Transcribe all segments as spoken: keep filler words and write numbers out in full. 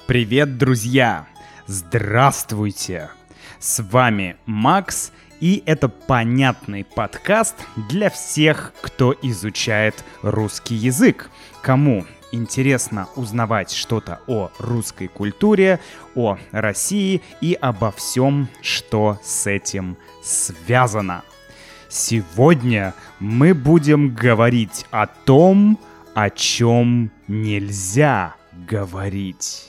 Привет, друзья! Здравствуйте! С вами Макс, и это понятный подкаст для всех, кто изучает русский язык. Кому интересно узнавать что-то о русской культуре, о России и обо всем, что с этим связано. Сегодня мы будем говорить о том, о чем нельзя говорить.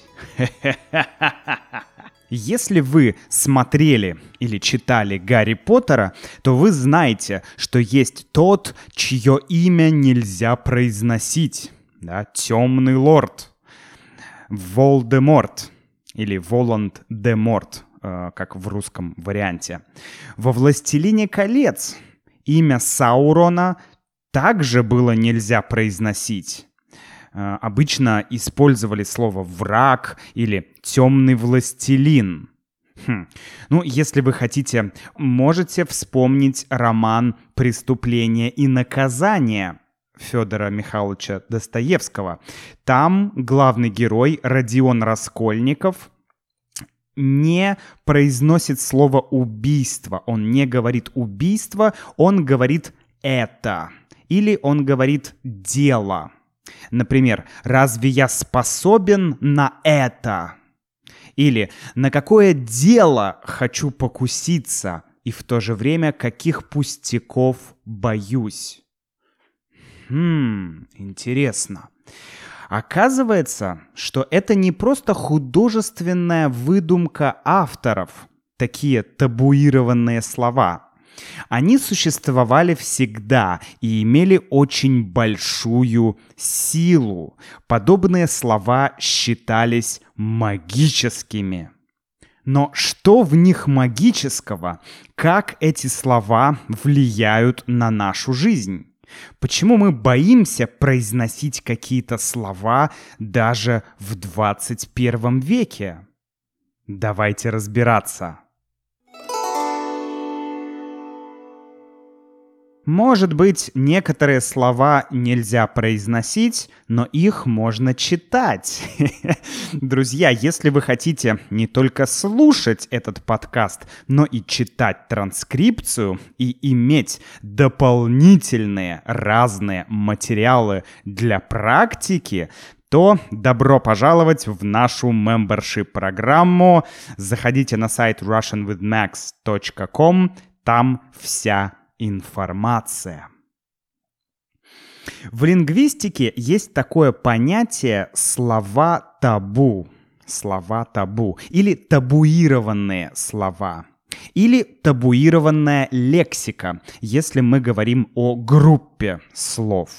Если вы смотрели или читали Гарри Поттера, то вы знаете, что есть тот, чье имя нельзя произносить. Да? Темный лорд. Волдеморт. Или Волан-де-Морт, э, как в русском варианте. Во «Властелине колец» имя Саурона также было нельзя произносить. Обычно использовали слово «враг» или «темный властелин». Хм. Ну, если вы хотите, можете вспомнить роман «Преступление и наказание» Федора Михайловича Достоевского. Там главный герой Родион Раскольников не произносит слово «убийство». Он не говорит «убийство», он говорит «это». Или он говорит «дело». Например, «разве я способен на это?» Или «на какое дело хочу покуситься и в то же время каких пустяков боюсь?» Хм, интересно. Оказывается, что это не просто художественная выдумка авторов, такие табуированные слова. Они существовали всегда и имели очень большую силу. Подобные слова считались магическими. Но что в них магического? Как эти слова влияют на нашу жизнь? Почему мы боимся произносить какие-то слова даже в двадцать первом веке? Давайте разбираться. Может быть, некоторые слова нельзя произносить, но их можно читать. Друзья, если вы хотите не только слушать этот подкаст, но и читать транскрипцию и иметь дополнительные разные материалы для практики, то добро пожаловать в нашу мембершип-программу. Заходите на сайт russian with max точка ком, там вся информация. В лингвистике есть такое понятие слова табу, слова табу, или табуированные слова, или табуированная лексика, если мы говорим о группе слов.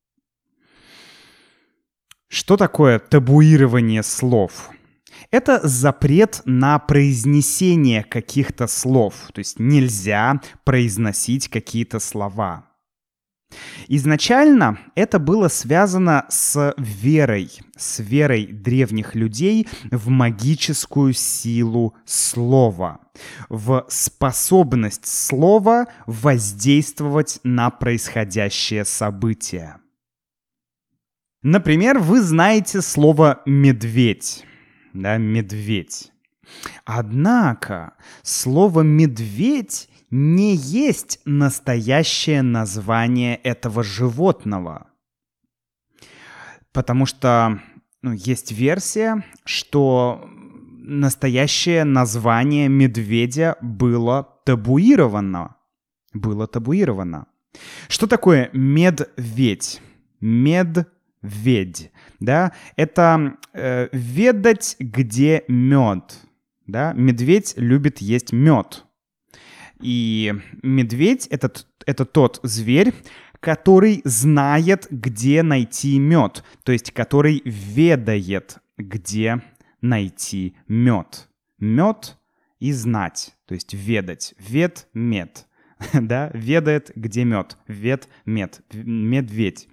Что такое табуирование слов? Это запрет на произнесение каких-то слов, то есть нельзя произносить какие-то слова. Изначально это было связано с верой, с верой древних людей в магическую силу слова, в способность слова воздействовать на происходящее событие. Например, вы знаете слово «медведь». Да, медведь. Однако слово «медведь» не есть настоящее название этого животного. Потому что ну, есть версия, что настоящее название медведя было табуировано. Было табуировано. Что такое медведь? Медведь. Да, это э, ведать, где мед. Да? Медведь любит есть мед. И медведь это, это тот зверь, который знает, где найти мед. То есть, который ведает, где найти мед. Мед и знать. То есть, ведать. Вед, мед. Да? Ведает, где мед. Вед, мед. Медведь.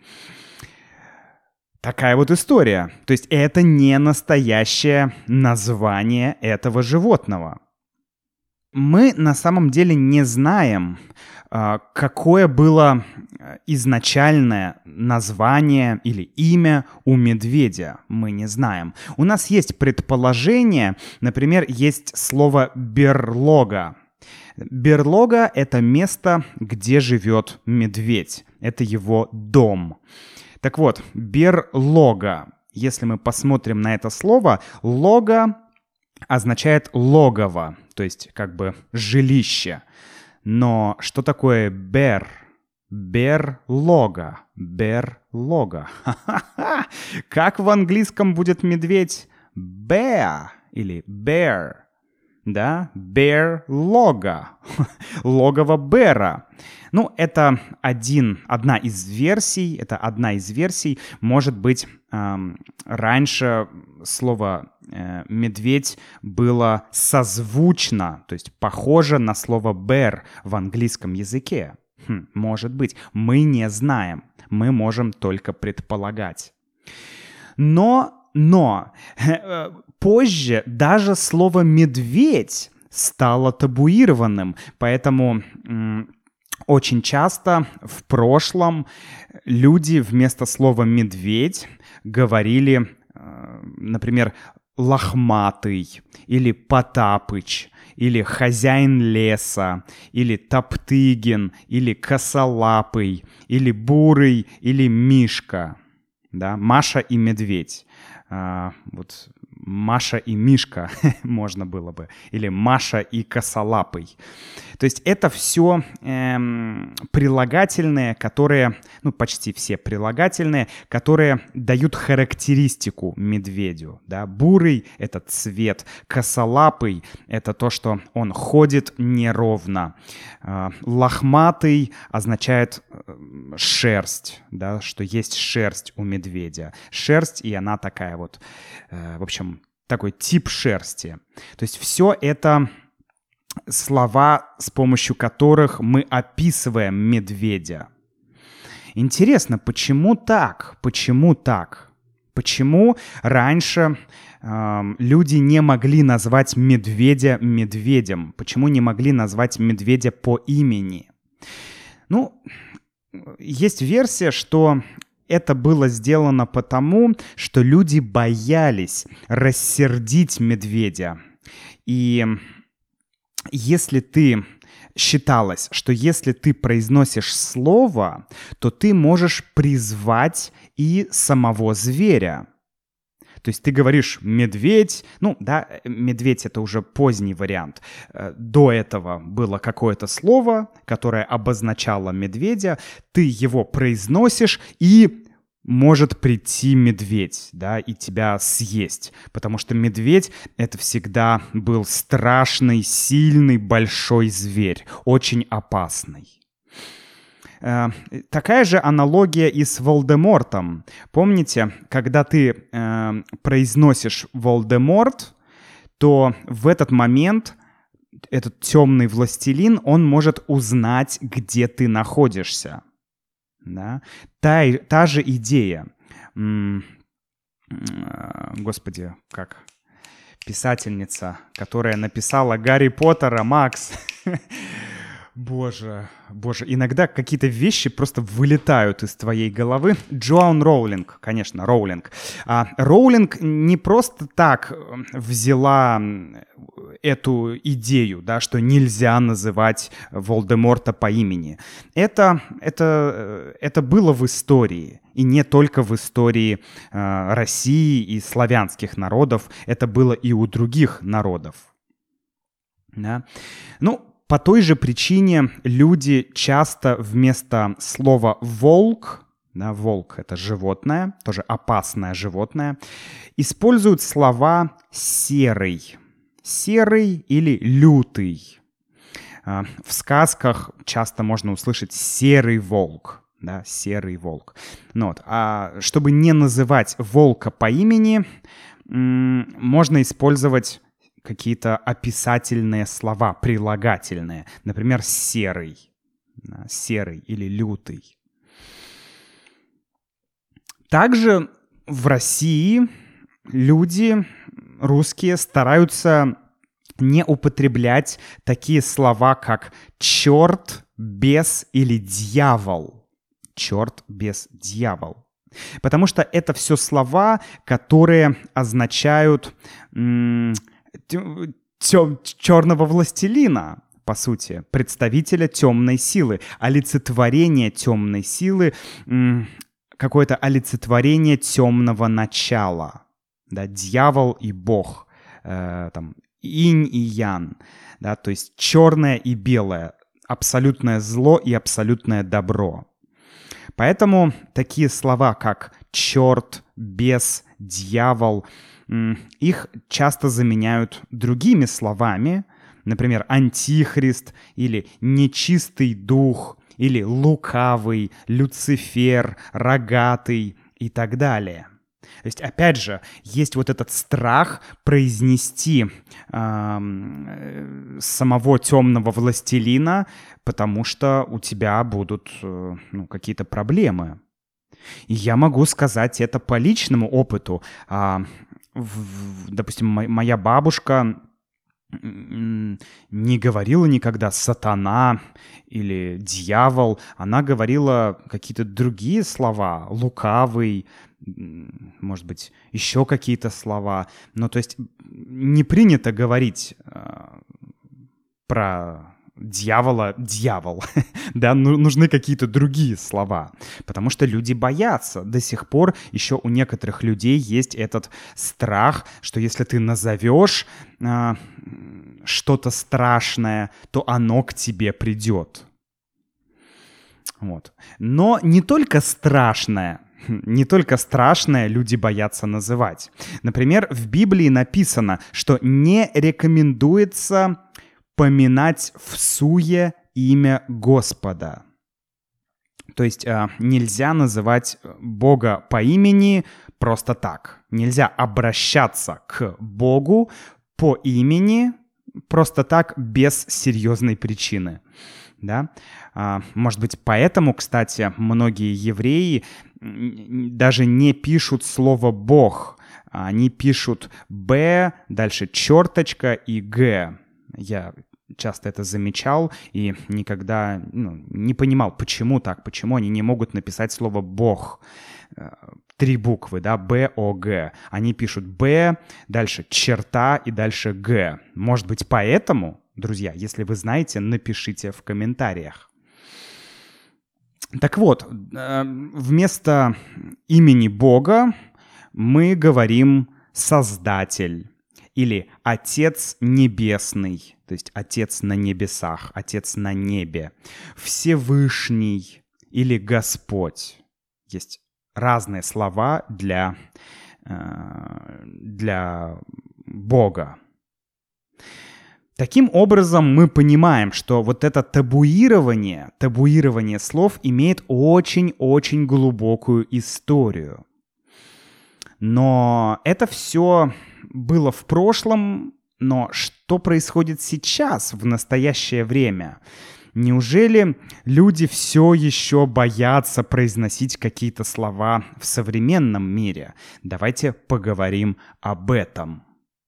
Такая вот история. То есть это не настоящее название этого животного. Мы на самом деле не знаем, какое было изначальное название или имя у медведя, мы не знаем. У нас есть предположение, например, есть слово «берлога». Берлога — это место, где живет медведь. Это его дом. Так вот, берлога. Если мы посмотрим на это слово, лого означает логово, то есть как бы жилище. Но что такое бер? Берлога. Берлога. Ха-ха-ха! Как в английском будет медведь? Bear или bear. Да? Берлога. Логово Бера. Ну, это один, одна из версий. Это одна из версий. Может быть, эм, раньше слово э, «медведь» было созвучно, то есть похоже на слово «bear» в английском языке. Хм, может быть. Мы не знаем. Мы можем только предполагать. Но... Но э, позже даже слово «медведь» стало табуированным, поэтому э, очень часто в прошлом люди вместо слова «медведь» говорили, э, например, «лохматый» или «потапыч», или «хозяин леса», или «топтыгин», или «косолапый», или «бурый», или «мишка». Да? Маша и медведь. А, вот Маша и Мишка можно было бы. Или Маша и Косолапый. То есть это все эм, прилагательные, которые, ну почти все прилагательные, которые дают характеристику медведю. Да? Бурый — это цвет. Косолапый — это то, что он ходит неровно. Э, лохматый означает э, шерсть, да? Что есть шерсть у медведя. Шерсть, и она такая вот, э, в общем, такой тип шерсти. То есть все это слова, с помощью которых мы описываем медведя. Интересно, почему так? Почему так? Почему раньше э, люди не могли назвать медведя медведем? Почему не могли назвать медведя по имени? Ну, есть версия, что это было сделано потому, что люди боялись рассердить медведя. И если ты считалось, что если ты произносишь слово, то ты можешь призвать и самого зверя. То есть ты говоришь «медведь», ну да, «медведь» — это уже поздний вариант. До этого было какое-то слово, которое обозначало медведя, ты его произносишь, и может прийти медведь, да, и тебя съесть. Потому что медведь — это всегда был страшный, сильный, большой зверь, очень опасный. Такая же аналогия и с Волдемортом. Помните, когда ты э, произносишь Волдеморт, то в этот момент этот темный властелин, он может узнать, где ты находишься. Да? Та, та же идея. М- Господи, как писательница, которая написала Гарри Поттера, Макс. Боже, боже, иногда какие-то вещи просто вылетают из твоей головы. Джоан Роулинг, конечно, Роулинг. А Роулинг не просто так взяла эту идею, да, что нельзя называть Волдеморта по имени. Это, это, это было в истории. И не только в истории э, России и славянских народов. Это было и у других народов. Да? Ну, по той же причине люди часто вместо слова «волк», да, волк — это животное, тоже опасное животное, используют слова «серый», «серый» или «лютый». В сказках часто можно услышать «серый волк», да, «серый волк». Ну вот. А чтобы не называть волка по имени, можно использовать какие-то описательные слова, прилагательные. Например, серый. Да, серый или лютый. Также в России люди, русские, стараются не употреблять такие слова, как «черт», «бес» или «дьявол». «Черт», «бес», «дьявол». Потому что это все слова, которые означают м- тем- черного властелина, по сути, представителя темной силы, олицетворение темной силы, м- какое-то олицетворение темного начала. Да, дьявол и Бог, э, там, инь и ян, да, то есть черное и белое, абсолютное зло и абсолютное добро. Поэтому такие слова, как черт, бес, дьявол, их часто заменяют другими словами, например, антихрист или нечистый дух, или лукавый, Люцифер, рогатый и так далее. То есть, опять же, есть вот этот страх произнести э, самого темного властелина, потому что у тебя будут э, ну, какие-то проблемы. И я могу сказать это по личному опыту. А, в, допустим, моя бабушка не говорила никогда «сатана» или «дьявол». Она говорила какие-то другие слова, «лукавый», может быть, еще какие-то слова. Ну, то есть не принято говорить э, про дьявола «дьявол». Да, ну, нужны какие-то другие слова, потому что люди боятся. До сих пор еще у некоторых людей есть этот страх, что если ты назовешь э, что-то страшное, то оно к тебе придет. Вот. Но не только страшное, не только страшное люди боятся называть. Например, в Библии написано, что не рекомендуется поминать всуе имя Господа. То есть э, нельзя называть Бога по имени просто так. Нельзя обращаться к Богу по имени просто так, без серьезной причины. Да? А, может быть, поэтому, кстати, многие евреи даже не пишут слово «Бог». Они пишут «Б», дальше черточка и «Г». Я часто это замечал и никогда ну, не понимал, почему так, почему они не могут написать слово «Бог». Три буквы, да, Б, О, Г. Они пишут Б, дальше черта и дальше Г. Может быть, поэтому, друзья, если вы знаете, напишите в комментариях. Так вот, вместо имени Бога мы говорим «Создатель» или «Отец Небесный», то есть «Отец на небесах», «Отец на небе», «Всевышний» или «Господь». Есть разные слова для, для Бога. Таким образом, мы понимаем, что вот это табуирование, табуирование слов имеет очень-очень глубокую историю. Но это все было в прошлом, но что происходит сейчас, в настоящее время? Неужели люди все еще боятся произносить какие-то слова в современном мире? Давайте поговорим об этом.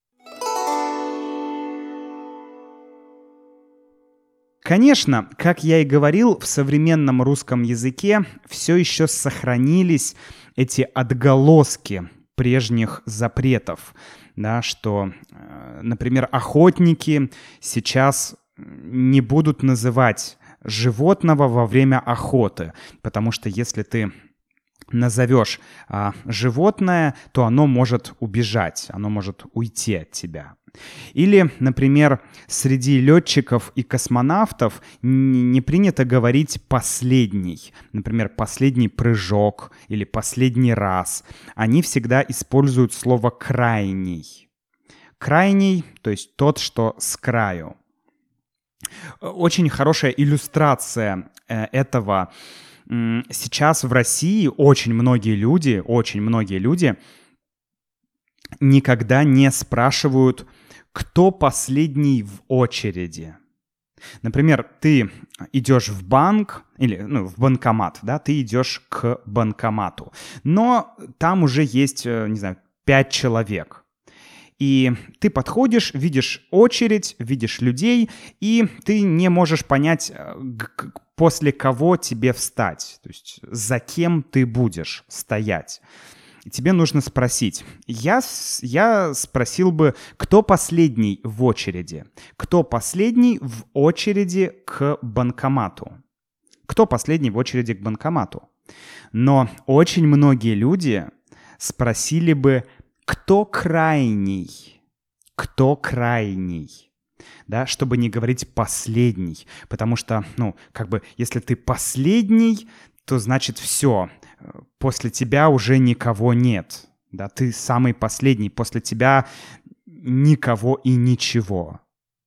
Конечно, как я и говорил, в современном русском языке все еще сохранились эти отголоски прежних запретов, да, что, например, охотники сейчас не будут называть животного во время охоты, потому что если ты назовешь а, животное, то оно может убежать, оно может уйти от тебя. Или, например, среди летчиков и космонавтов не принято говорить «последний». Например, «последний прыжок» или «последний раз». Они всегда используют слово «крайний». Крайний, то есть тот, что с краю. Очень хорошая иллюстрация этого. Сейчас в России очень многие люди, очень многие люди никогда не спрашивают, кто последний в очереди. Например, ты идешь в банк или ну, в банкомат, да, ты идешь к банкомату, но там уже есть, не знаю, пять человек. И ты подходишь, видишь очередь, видишь людей, и ты не можешь понять, после кого тебе встать, то есть за кем ты будешь стоять. Тебе нужно спросить. Я, я спросил бы, кто последний в очереди? Кто последний в очереди к банкомату? Кто последний в очереди к банкомату? Но очень многие люди спросили бы, кто крайний? Кто крайний? Да, чтобы не говорить последний. Потому что, ну, как бы, если ты последний, то значит все. После тебя уже никого нет. Да, ты самый последний. После тебя никого и ничего.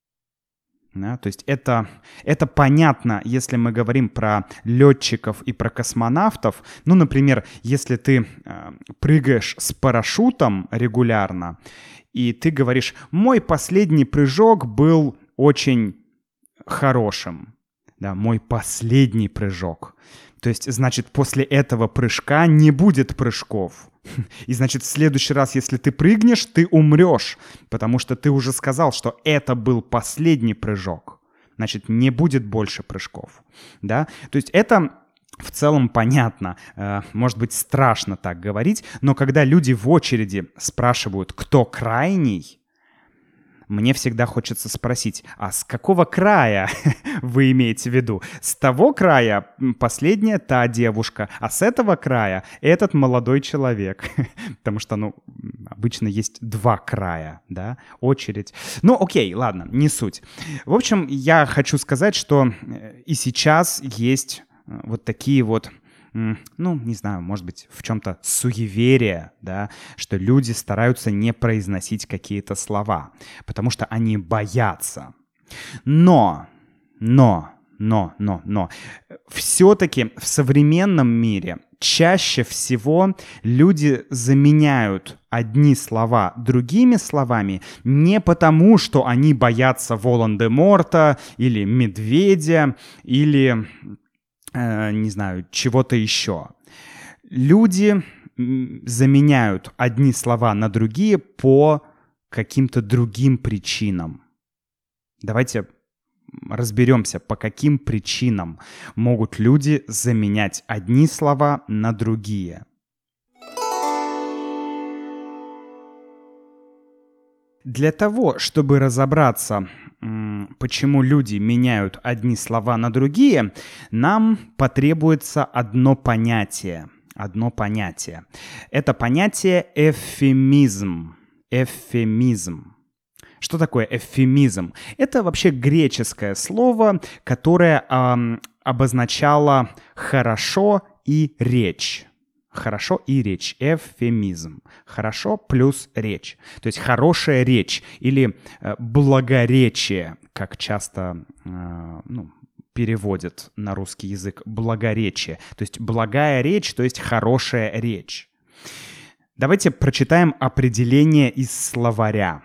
Да, то есть это, это понятно, если мы говорим про летчиков и про космонавтов. Ну, например, если ты э, прыгаешь с парашютом регулярно, и ты говоришь, мой последний прыжок был очень хорошим. Да, мой последний прыжок. То есть, значит, после этого прыжка не будет прыжков. И, значит, в следующий раз, если ты прыгнешь, ты умрешь, потому что ты уже сказал, что это был последний прыжок. Значит, не будет больше прыжков. Да? То есть это в целом понятно. Может быть, страшно так говорить, но когда люди в очереди спрашивают, кто крайний, мне всегда хочется спросить, а с какого края вы имеете в виду? С того края последняя та девушка, а с этого края этот молодой человек. Потому что, ну, обычно есть два края, да, очередь. Ну, окей, ладно, не суть. В общем, я хочу сказать, что и сейчас есть вот такие вот, ну, не знаю, может быть, в чем-то суеверие, да, что люди стараются не произносить какие-то слова, потому что они боятся. Но, но, но, но, но, все-таки в современном мире чаще всего люди заменяют одни слова другими словами не потому, что они боятся Волан-де-Морта или медведя, или... не знаю, чего-то еще. Люди заменяют одни слова на другие по каким-то другим причинам. Давайте разберемся, по каким причинам могут люди заменять одни слова на другие. Для того, чтобы разобраться, почему люди меняют одни слова на другие, нам потребуется одно понятие. Одно понятие. Это понятие эвфемизм. Эвфемизм. Что такое эвфемизм? Это вообще греческое слово, которое эм, обозначало «хорошо» и «речь». Хорошо и речь. Эвфемизм. Хорошо плюс речь. То есть хорошая речь или э, благоречие, как часто э, ну, переводят на русский язык благоречие. То есть благая речь, то есть хорошая речь. Давайте прочитаем определение из словаря.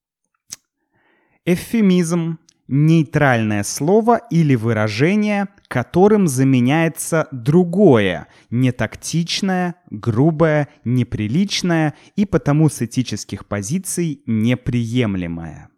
Эвфемизм – нейтральное слово или выражение, которым заменяется другое, нетактичное, грубое, неприличное и потому с этических позиций неприемлемое.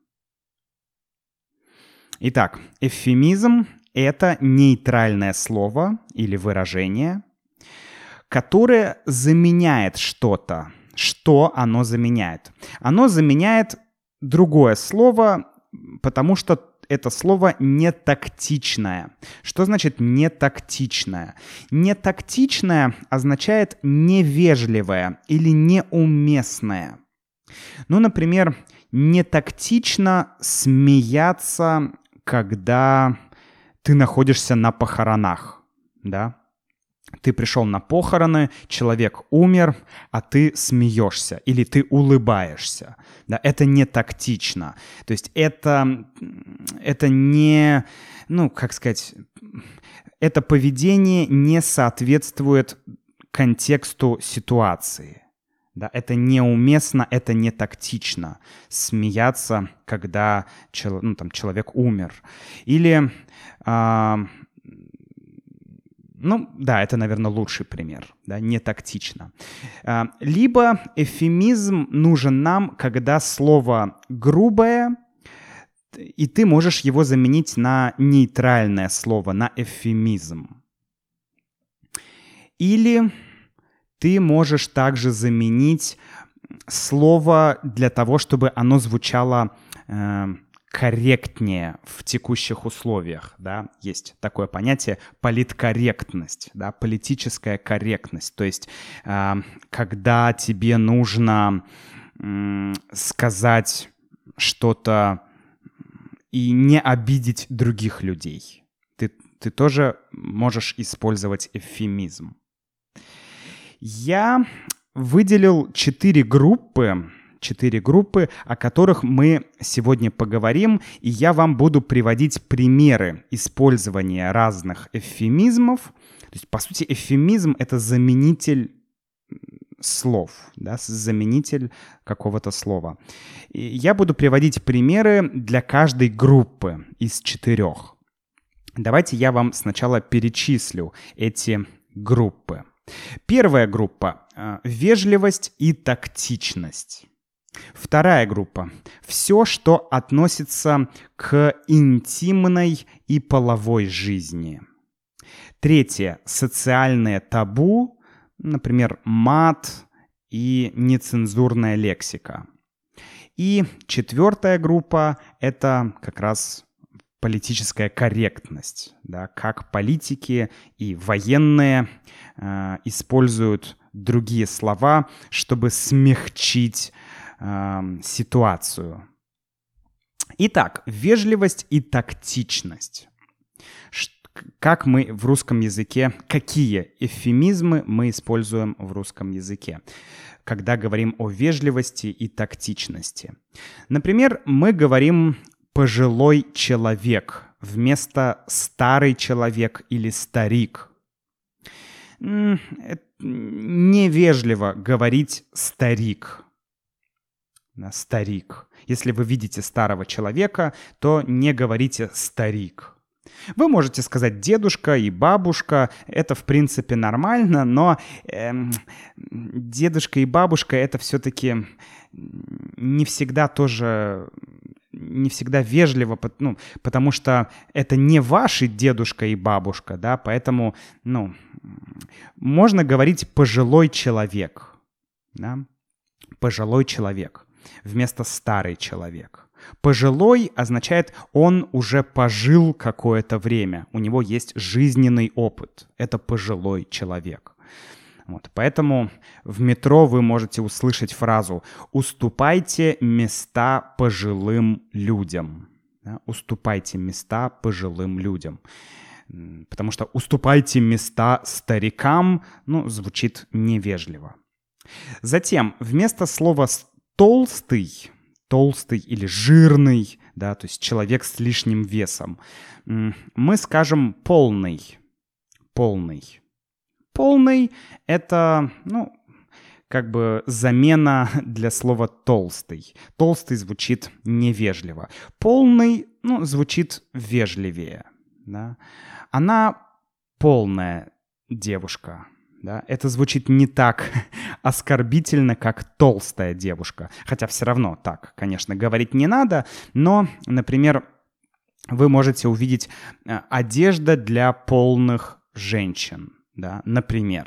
Итак, эвфемизм – это нейтральное слово или выражение, которое заменяет что-то. Что оно заменяет? Оно заменяет другое слово, потому что это слово нетактичное. Что значит нетактичное? Нетактичное означает невежливое или неуместное. Ну, например, нетактично смеяться, когда ты находишься на похоронах, да? Ты пришел на похороны, человек умер, а ты смеешься или ты улыбаешься. Да, это не тактично. То есть это, это не, ну, как сказать, это поведение не соответствует контексту ситуации. Да, это неуместно, это не тактично. Смеяться, когда ну, там, человек умер. Или... А, Ну, да, это, наверное, лучший пример, да, не тактично. Либо эвфемизм нужен нам, когда слово грубое, и ты можешь его заменить на нейтральное слово, на эвфемизм. Или ты можешь также заменить слово для того, чтобы оно звучало э, корректнее в текущих условиях. Да? Есть такое понятие политкорректность, да? Политическая корректность. То есть, э, когда тебе нужно э, сказать что-то и не обидеть других людей. Ты, ты тоже можешь использовать эвфемизм. Я выделил четыре группы, четыре группы, о которых мы сегодня поговорим, и я вам буду приводить примеры использования разных эвфемизмов. То есть, по сути, эвфемизм — это заменитель слов, да, заменитель какого-то слова. И я буду приводить примеры для каждой группы из четырех. Давайте я вам сначала перечислю эти группы. Первая группа — вежливость и тактичность. Вторая группа — все, что относится к интимной и половой жизни. Третье — социальное табу, например, мат и нецензурная лексика. И четвертая группа — это как раз политическая корректность, да, как политики и военные э, используют другие слова, чтобы смягчить э, ситуацию. Итак, вежливость и тактичность. Как мы в русском языке, какие эвфемизмы мы используем в русском языке, когда говорим о вежливости и тактичности? Например, мы говорим «пожилой человек» вместо «старый человек» или «старик». Невежливо говорить «старик». «Старик». Если вы видите старого человека, то не говорите «старик». Вы можете сказать «дедушка» и «бабушка». Это, в принципе, нормально, но э, дедушка и бабушка — это все-таки не всегда тоже... не всегда вежливо, ну, потому что это не ваши дедушка и бабушка, да, поэтому, ну, можно говорить «пожилой человек», да, «пожилой человек» вместо «старый человек». Пожилой означает, он уже пожил какое-то время, у него есть жизненный опыт. Это пожилой человек. Вот, поэтому в метро вы можете услышать фразу «уступайте места пожилым людям». Да? Уступайте места пожилым людям. Потому что «уступайте места старикам» ну, звучит невежливо. Затем вместо слова «толстый», толстый или жирный, да, то есть человек с лишним весом, мы скажем полный, полный. Полный — это, ну, как бы замена для слова толстый. Толстый звучит невежливо. Полный, ну, звучит вежливее, да. Она полная девушка. Да, это звучит не так оскорбительно, как толстая девушка. Хотя все равно так, конечно, говорить не надо. Но, например, вы можете увидеть одежда для полных женщин. Да, например,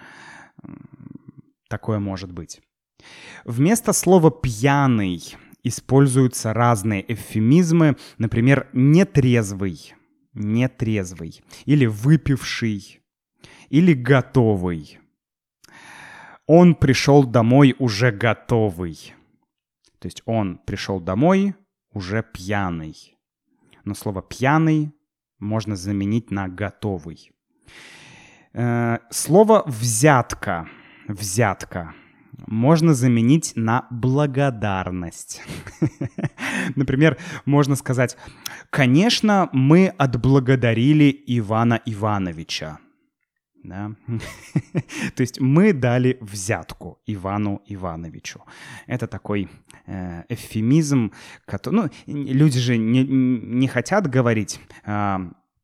такое может быть. Вместо слова «пьяный» используются разные эвфемизмы. Например, «нетрезвый», «нетрезвый» или «выпивший». Или готовый. Он пришел домой уже готовый. То есть он пришел домой уже пьяный. Но слово «пьяный» можно заменить на «готовый». Э, слово «взятка», «взятка» можно заменить на «благодарность». Например, можно сказать: «Конечно, мы отблагодарили Ивана Ивановича». Да? То есть мы дали взятку Ивану Ивановичу. Это такой э, эвфемизм, который, ну, люди же не, не хотят говорить э,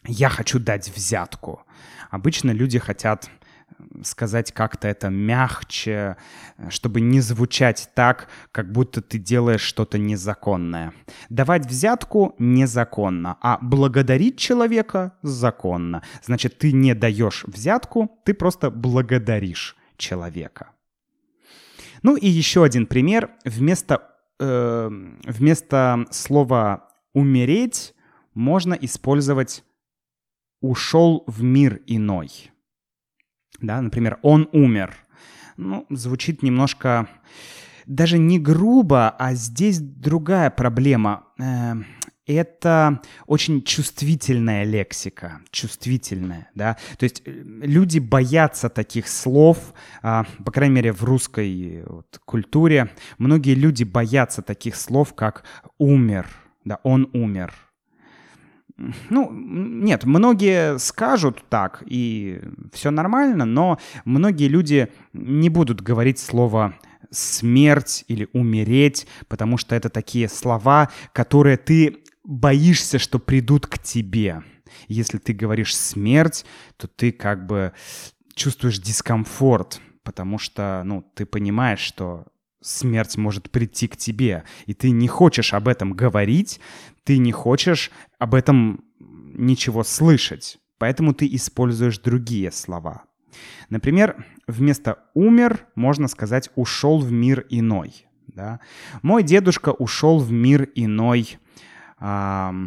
я хочу дать взятку. Обычно люди хотят сказать как-то это мягче, чтобы не звучать так, как будто ты делаешь что-то незаконное. Давать взятку незаконно, а благодарить человека законно. Значит, ты не даешь взятку, ты просто благодаришь человека. Ну и еще один пример. Вместо, э, вместо слова «умереть» можно использовать «ушел в мир иной». Да, например, «он умер». Ну, звучит немножко даже не грубо, а здесь другая проблема. Это очень чувствительная лексика, чувствительная, да. То есть люди боятся таких слов, по крайней мере, в русской вот культуре. Многие люди боятся таких слов, как «умер», да, «он умер». Ну, нет, многие скажут так, и все нормально, но многие люди не будут говорить слово «смерть» или «умереть», потому что это такие слова, которые ты боишься, что придут к тебе. Если ты говоришь «смерть», то ты как бы чувствуешь дискомфорт, потому что, ну, ты понимаешь, что смерть может прийти к тебе, и ты не хочешь об этом говорить, ты не хочешь об этом ничего слышать, поэтому ты используешь другие слова. Например, вместо «умер» можно сказать «ушел в мир иной». Да? Мой дедушка ушел в мир иной. Эм...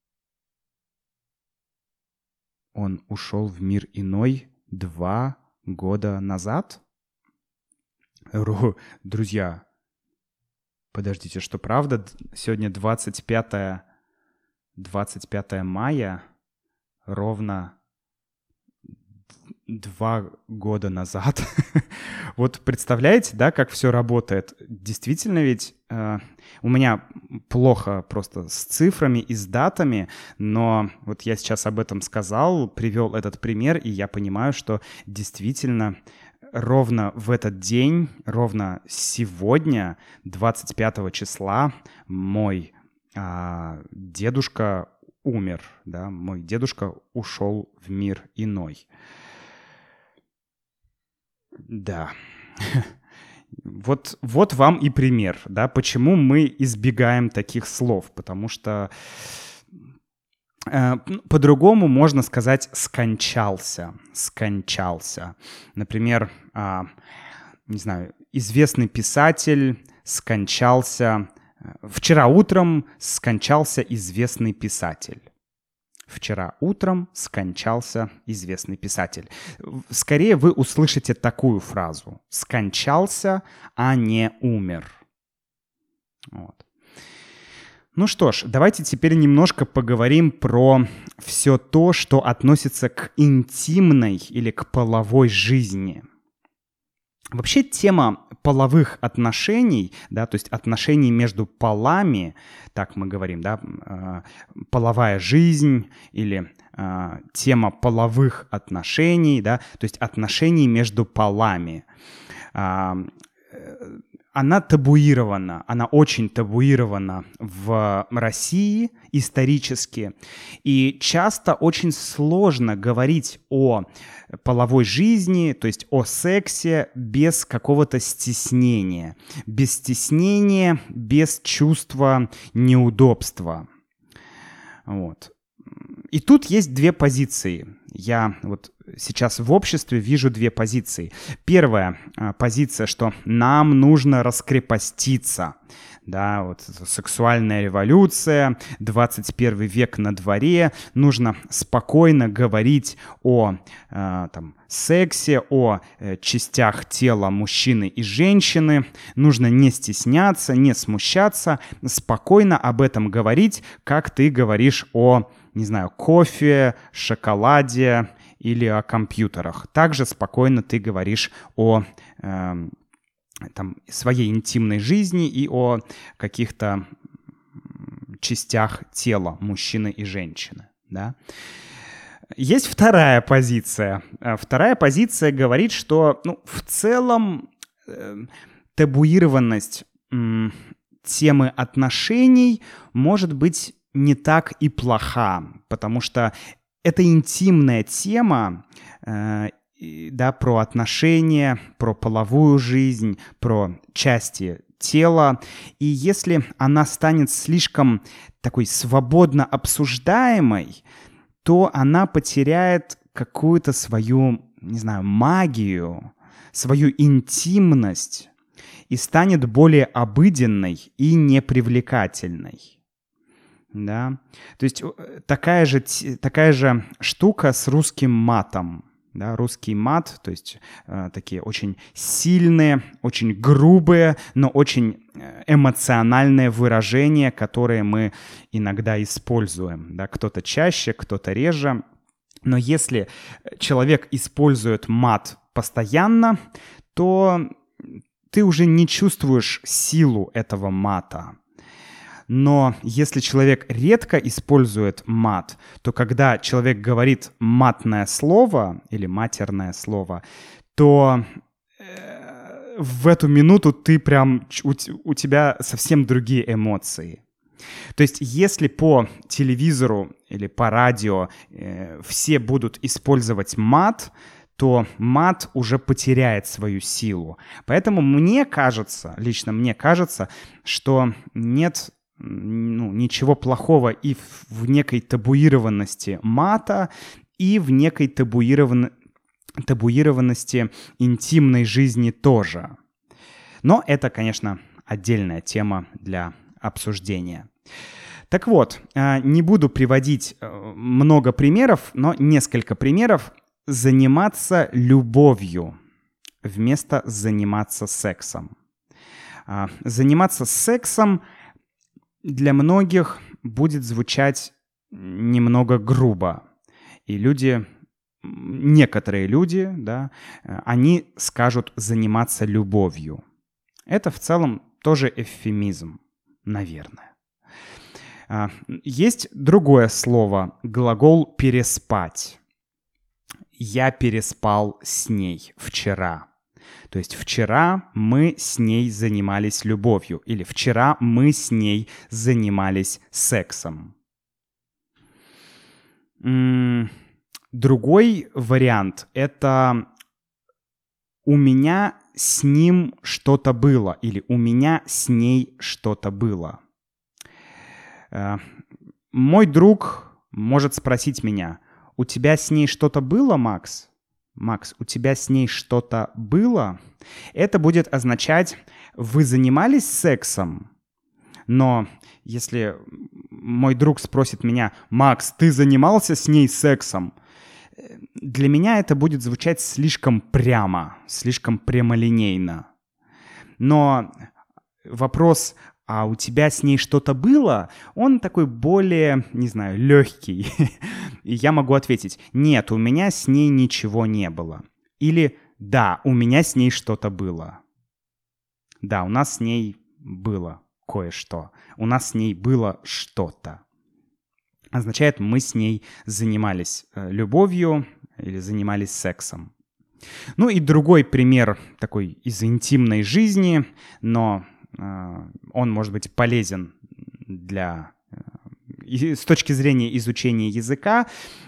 Он ушел в мир иной два года назад. Друзья, подождите, что правда? Сегодня двадцать пятое мая, ровно два года назад. Вот представляете, да, как все работает? Действительно ведь э, у меня плохо просто с цифрами и с датами, но вот я сейчас об этом сказал, привел этот пример, и я понимаю, что действительно ровно в этот день, ровно сегодня, двадцать пятого числа, мой а, дедушка умер, да, мой дедушка ушел в мир иной. Да. Вот, вот вам и пример, да, почему мы избегаем таких слов, потому что э, по-другому можно сказать «скончался», «скончался». Например, э, не знаю, известный писатель скончался, вчера утром скончался известный писатель. Вчера утром скончался известный писатель. Скорее вы услышите такую фразу: «скончался, а не умер». Вот. Ну что ж, давайте теперь немножко поговорим про все то, что относится к интимной или к половой жизни. Вообще тема половых отношений, да, то есть отношений между полами, так мы говорим, да, э, половая жизнь или э, тема половых отношений, да, то есть отношений между полами. Э, она табуирована, она очень табуирована в России исторически, и часто очень сложно говорить о половой жизни, то есть о сексе без какого-то стеснения, без стеснения, без чувства неудобства. Вот. И тут есть две позиции. Я вот сейчас в обществе вижу две позиции. Первая позиция, что нам нужно раскрепоститься. Да, вот сексуальная революция, двадцать первый век на дворе, нужно спокойно говорить о э, там, сексе, о э, частях тела мужчины и женщины, нужно не стесняться, не смущаться, спокойно об этом говорить, как ты говоришь о, не знаю, кофе, шоколаде или о компьютерах. Также спокойно ты говоришь о э, там, своей интимной жизни и о каких-то частях тела мужчины и женщины. Да? Есть вторая позиция. Вторая позиция говорит, что ну, в целом э, табуированность э, темы отношений может быть не так и плоха, потому что это интимная тема, э, да, про отношения, про половую жизнь, про части тела. И если она станет слишком такой свободно обсуждаемой, то она потеряет какую-то свою, не знаю, магию, свою интимность и станет более обыденной и непривлекательной. Да? То есть такая же, такая же штука с русским матом. Да? Русский мат, то есть э, такие очень сильные, очень грубые, но очень эмоциональные выражения, которые мы иногда используем. Да? Кто-то чаще, кто-то реже. Но если человек использует мат постоянно, то ты уже не чувствуешь силу этого мата. Но если человек редко использует мат, то когда человек говорит матное слово или матерное слово, то э, в эту минуту ты прям, у, у тебя совсем другие эмоции. То есть если по телевизору или по радио э, все будут использовать мат, то мат уже потеряет свою силу. Поэтому мне кажется, лично мне кажется, что нет ну, ничего плохого и в, в некой табуированности мата, и в некой табуирован... табуированности интимной жизни тоже. Но это, конечно, отдельная тема для обсуждения. Так вот, не буду приводить много примеров, но несколько примеров. Заниматься любовью вместо заниматься сексом. Заниматься сексом для многих будет звучать немного грубо. И люди, некоторые люди, да, они скажут заниматься любовью. Это в целом тоже эвфемизм, наверное. Есть другое слово, глагол «переспать». Я переспал с ней вчера. То есть вчера мы с ней занимались любовью. Или вчера мы с ней занимались сексом. Другой вариант — это у меня с ним что-то было. Или у меня с ней что-то было. Мой друг может спросить меня: у тебя с ней что-то было, Макс? Макс, у тебя с ней что-то было? Это будет означать, вы занимались сексом? Но если мой друг спросит меня: Макс, ты занимался с ней сексом? Для меня это будет звучать слишком прямо, слишком прямолинейно. Но вопрос: а у тебя с ней что-то было? Он такой более, не знаю, легкий. И я могу ответить: нет, у меня с ней ничего не было. Или да, у меня с ней что-то было. Да, у нас с ней было кое-что. У нас с ней было что-то. Означает, мы с ней занимались любовью или занимались сексом. Ну и другой пример такой из интимной жизни, но он может быть полезен для, с точки зрения изучения языка.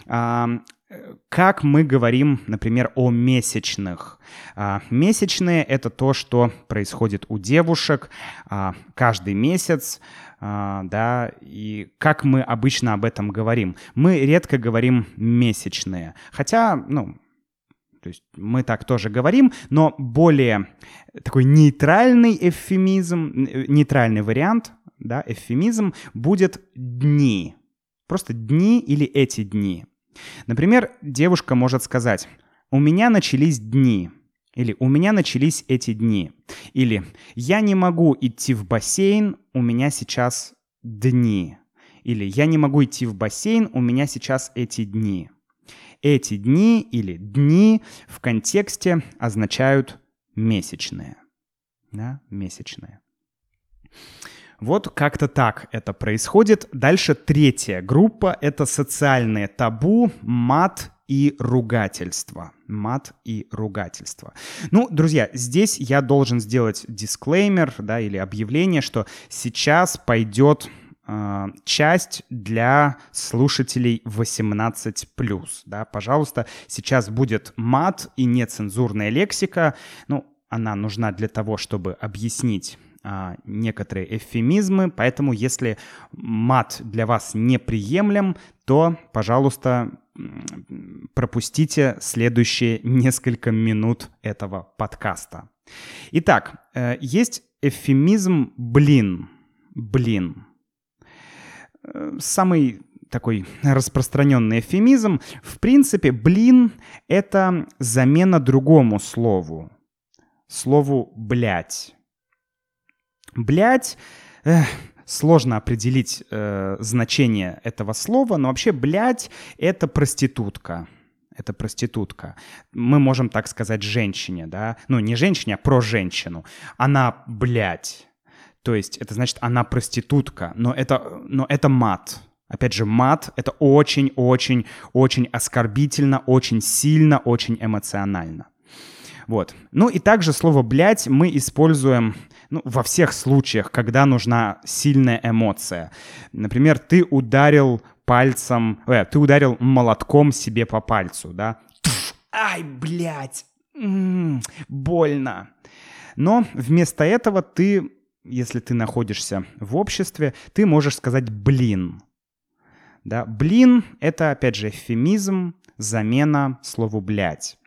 Как мы говорим, например, о месячных. Месячные — это то, что происходит у девушек каждый месяц, да, и как мы обычно об этом говорим. Мы редко говорим месячные, хотя, ну, то есть мы так тоже говорим, но более такой нейтральный эвфемизм, нейтральный вариант, да, эвфемизм будет дни. Просто дни или эти дни. Например, девушка может сказать: у меня начались дни. Или у меня начались эти дни. Или я не могу идти в бассейн, у меня сейчас дни. Или я не могу идти в бассейн, у меня сейчас эти дни. Эти дни или дни в контексте означают месячные. Да, месячные. Вот как-то так это происходит. Дальше третья группа — это социальные табу, мат и ругательство. Мат и ругательство. Ну, друзья, здесь я должен сделать дисклеймер, да, или объявление, что сейчас пойдет э, часть для слушателей восемнадцать плюс. Да? Пожалуйста, сейчас будет мат и нецензурная лексика. Ну, она нужна для того, чтобы объяснить э, некоторые эвфемизмы. Поэтому, если мат для вас неприемлем, то, пожалуйста, пропустите следующие несколько минут этого подкаста. Итак, э, есть эвфемизм «блин». Блин. Самый такой распространенный эвфемизм. В принципе, блин — это замена другому слову. Слову «блядь». «Блядь» эх, сложно определить э, значение этого слова, но вообще «блядь» — это проститутка. Это проститутка. Мы можем так сказать женщине, да? Ну, не женщине, а про женщину. Она, блядь. То есть это значит, она проститутка. Но это, но это мат. Опять же, мат — это очень-очень-очень оскорбительно, очень сильно, очень эмоционально. Вот. Ну и также слово «блядь» мы используем ну, во всех случаях, когда нужна сильная эмоция. Например, ты ударил пальцем, э, ты ударил молотком себе по пальцу, да? Ай, блядь, м-м, больно. Но вместо этого ты, если ты находишься в обществе, ты можешь сказать «блин». Да? «Блин» — это, опять же, эвфемизм, замена слову «блядь».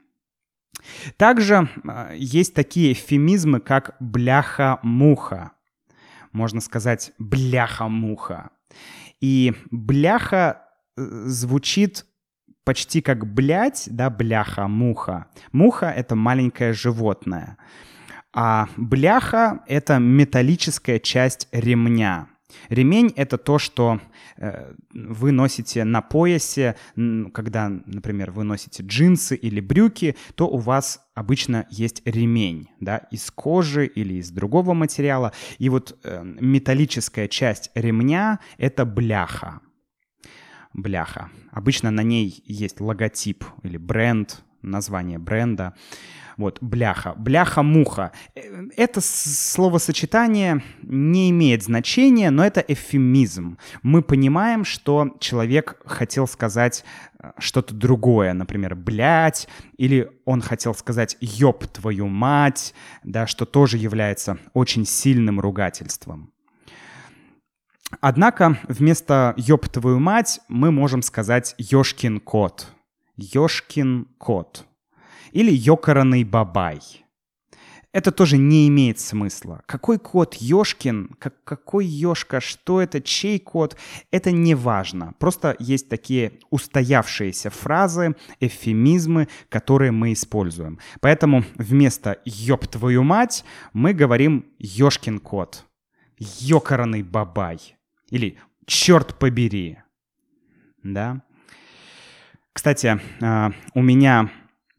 Также э, есть такие эвфемизмы, как «бляха-муха». Можно сказать «бляха-муха». И «бляха» звучит почти как «блядь», да, «бляха-муха». Муха — это маленькое животное. А «бляха» — это металлическая часть ремня. Ремень — это то, что э, вы носите на поясе. Когда, например, вы носите джинсы или брюки, то у вас обычно есть ремень, да, из кожи или из другого материала. И вот э, металлическая часть ремня — это бляха. Бляха. Обычно на ней есть логотип или бренд, название бренда. Вот, бляха. Бляха-муха. Это словосочетание не имеет значения, но это эвфемизм. Мы понимаем, что человек хотел сказать что-то другое, например, блядь, или он хотел сказать ёб твою мать, да, что тоже является очень сильным ругательством. Однако вместо «ёб твою мать» мы можем сказать «ёшкин кот». «Ёшкин кот». Или «ёкараный бабай». Это тоже не имеет смысла. Какой кот Ёшкин, как, какой Ёшка, что это, чей кот, это не важно. Просто есть такие устоявшиеся фразы, эвфемизмы, которые мы используем. Поэтому вместо «ёб твою мать» мы говорим «Ёшкин кот», «ёкараный бабай» или «чёрт побери». Да? Кстати, у меня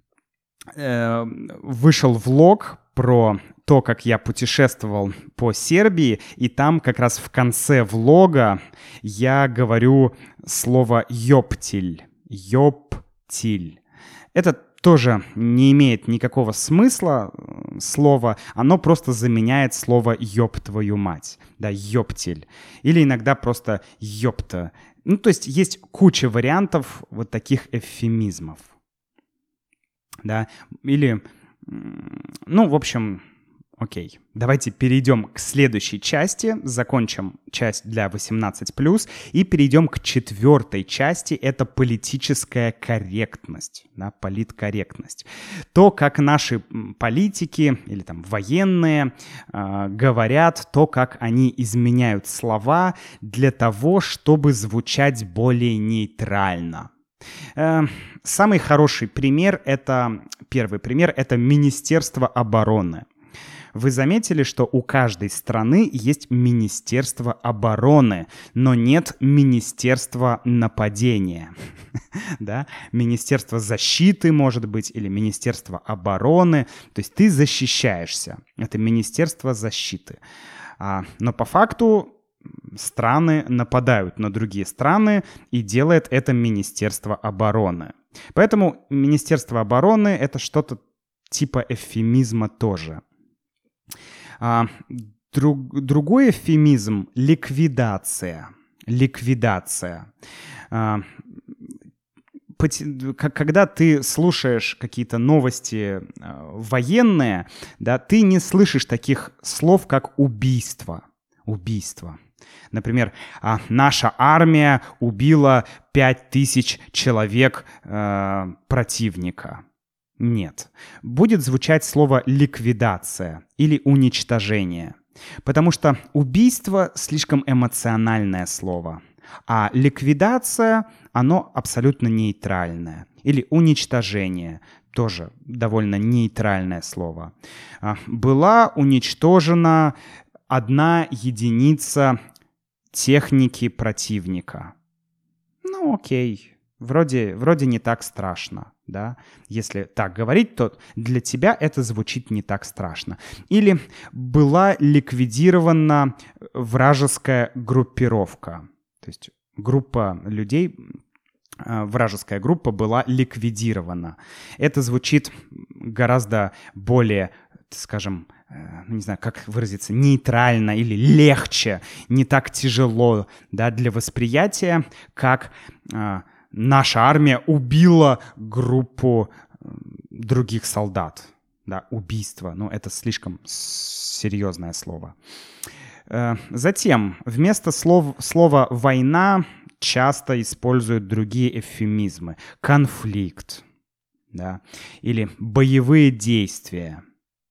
вышел влог про то, как я путешествовал по Сербии, и там как раз в конце влога я говорю слово «ёптиль». «Ёптиль». Это тоже не имеет никакого смысла слова, оно просто заменяет слово «ёб твою мать». Да, «ёптиль». Или иногда просто «ёпта». Ну, то есть есть куча вариантов вот таких эвфемизмов. Да, или, ну, в общем, окей. Давайте перейдем к следующей части, закончим часть для восемнадцать плюс и перейдем к четвертой части, это политическая корректность, да, политкорректность. То, как наши политики или там военные э, говорят, то, как они изменяют слова для того, чтобы звучать более нейтрально. Самый хороший пример, это, первый пример, это Министерство обороны. Вы заметили, что у каждой страны есть Министерство обороны, но нет Министерства нападения. Да? Министерство защиты, может быть, или Министерство обороны. То есть ты защищаешься. Это Министерство защиты. Но по факту страны нападают на другие страны, и делает это Министерство обороны. Поэтому Министерство обороны — это что-то типа эвфемизма тоже. А, Друг, другой эвфемизм — ликвидация. Ликвидация. А, когда ты слушаешь какие-то новости военные, да, ты не слышишь таких слов, как убийство. Убийство. Например, наша армия убила пять тысяч человек э, противника. Нет. Будет звучать слово ликвидация или уничтожение. Потому что убийство слишком эмоциональное слово. А ликвидация, оно абсолютно нейтральное. Или уничтожение, тоже довольно нейтральное слово. Была уничтожена одна единица техники противника. Ну, окей, вроде, вроде не так страшно, да? Если так говорить, то для тебя это звучит не так страшно. Или была ликвидирована вражеская группировка. То есть группа людей, вражеская группа была ликвидирована. Это звучит гораздо более, скажем, не знаю, как выразиться, нейтрально или легче, не так тяжело, да, для восприятия, как э, наша армия убила группу других солдат. Да, убийство, ну это слишком серьезное слово. Затем вместо слов, слова «война» часто используют другие эвфемизмы. Конфликт, да, или боевые действия.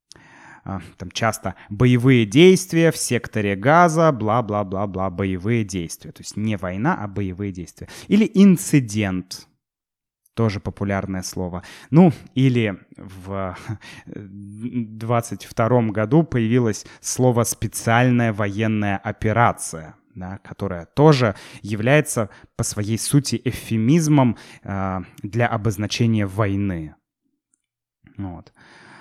Там часто боевые действия в секторе Газа, бла-бла-бла-бла, боевые действия. То есть не война, а боевые действия. Или инцидент. Тоже популярное слово. Ну, или в двадцать втором году появилось слово «специальная военная операция», да, которая тоже является по своей сути эвфемизмом э, для обозначения войны. Вот.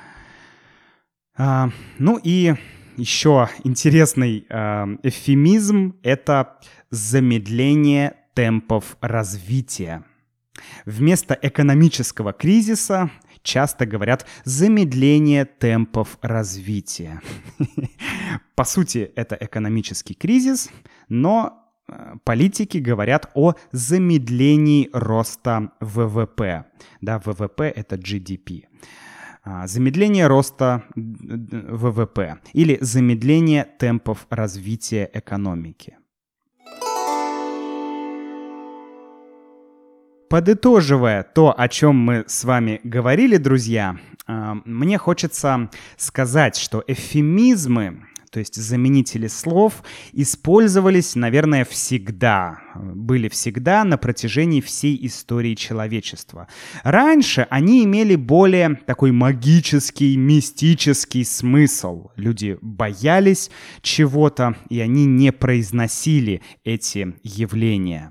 А, ну и еще интересный э, эвфемизм — это замедление темпов развития. Вместо экономического кризиса часто говорят «замедление темпов развития». По сути, это экономический кризис, но политики говорят о замедлении роста ВВП. Да, ВВП — это джи ди пи. Замедление роста ВВП или замедление темпов развития экономики. Подытоживая то, о чем мы с вами говорили, друзья, мне хочется сказать, что эвфемизмы, то есть заменители слов, использовались, наверное, всегда, были всегда на протяжении всей истории человечества. Раньше они имели более такой магический, мистический смысл. Люди боялись чего-то, и они не произносили эти явления.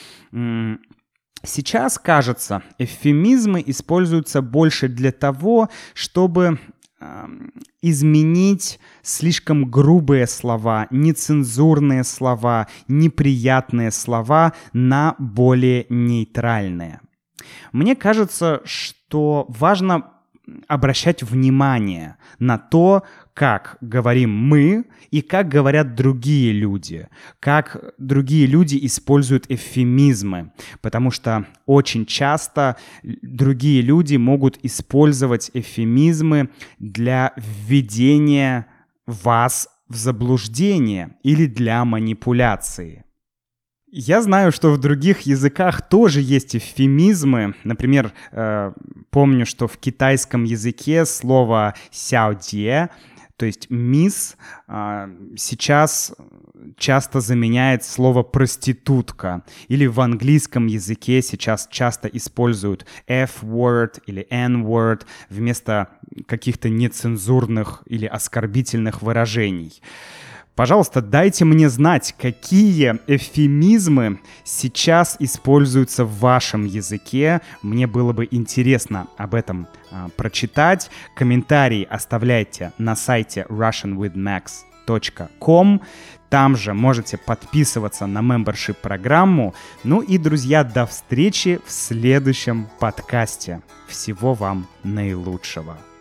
Сейчас, кажется, эвфемизмы используются больше для того, чтобы э, изменить слишком грубые слова, нецензурные слова, неприятные слова на более нейтральные. Мне кажется, что важно обращать внимание на то, как говорим мы и как говорят другие люди, как другие люди используют эвфемизмы, потому что очень часто другие люди могут использовать эвфемизмы для введения вас в заблуждение или для манипуляции. Я знаю, что в других языках тоже есть эвфемизмы. Например, э, помню, что в китайском языке слово «сяодие», то есть «мисс», э, сейчас часто заменяет слово «проститутка». Или в английском языке сейчас часто используют F-word или N-word вместо каких-то нецензурных или оскорбительных выражений. Пожалуйста, дайте мне знать, какие эвфемизмы сейчас используются в вашем языке. Мне было бы интересно об этом а, прочитать. Комментарии оставляйте на сайте russian with max точка ком. Там же можете подписываться на мембершип-программу. Ну и, друзья, до встречи в следующем подкасте. Всего вам наилучшего.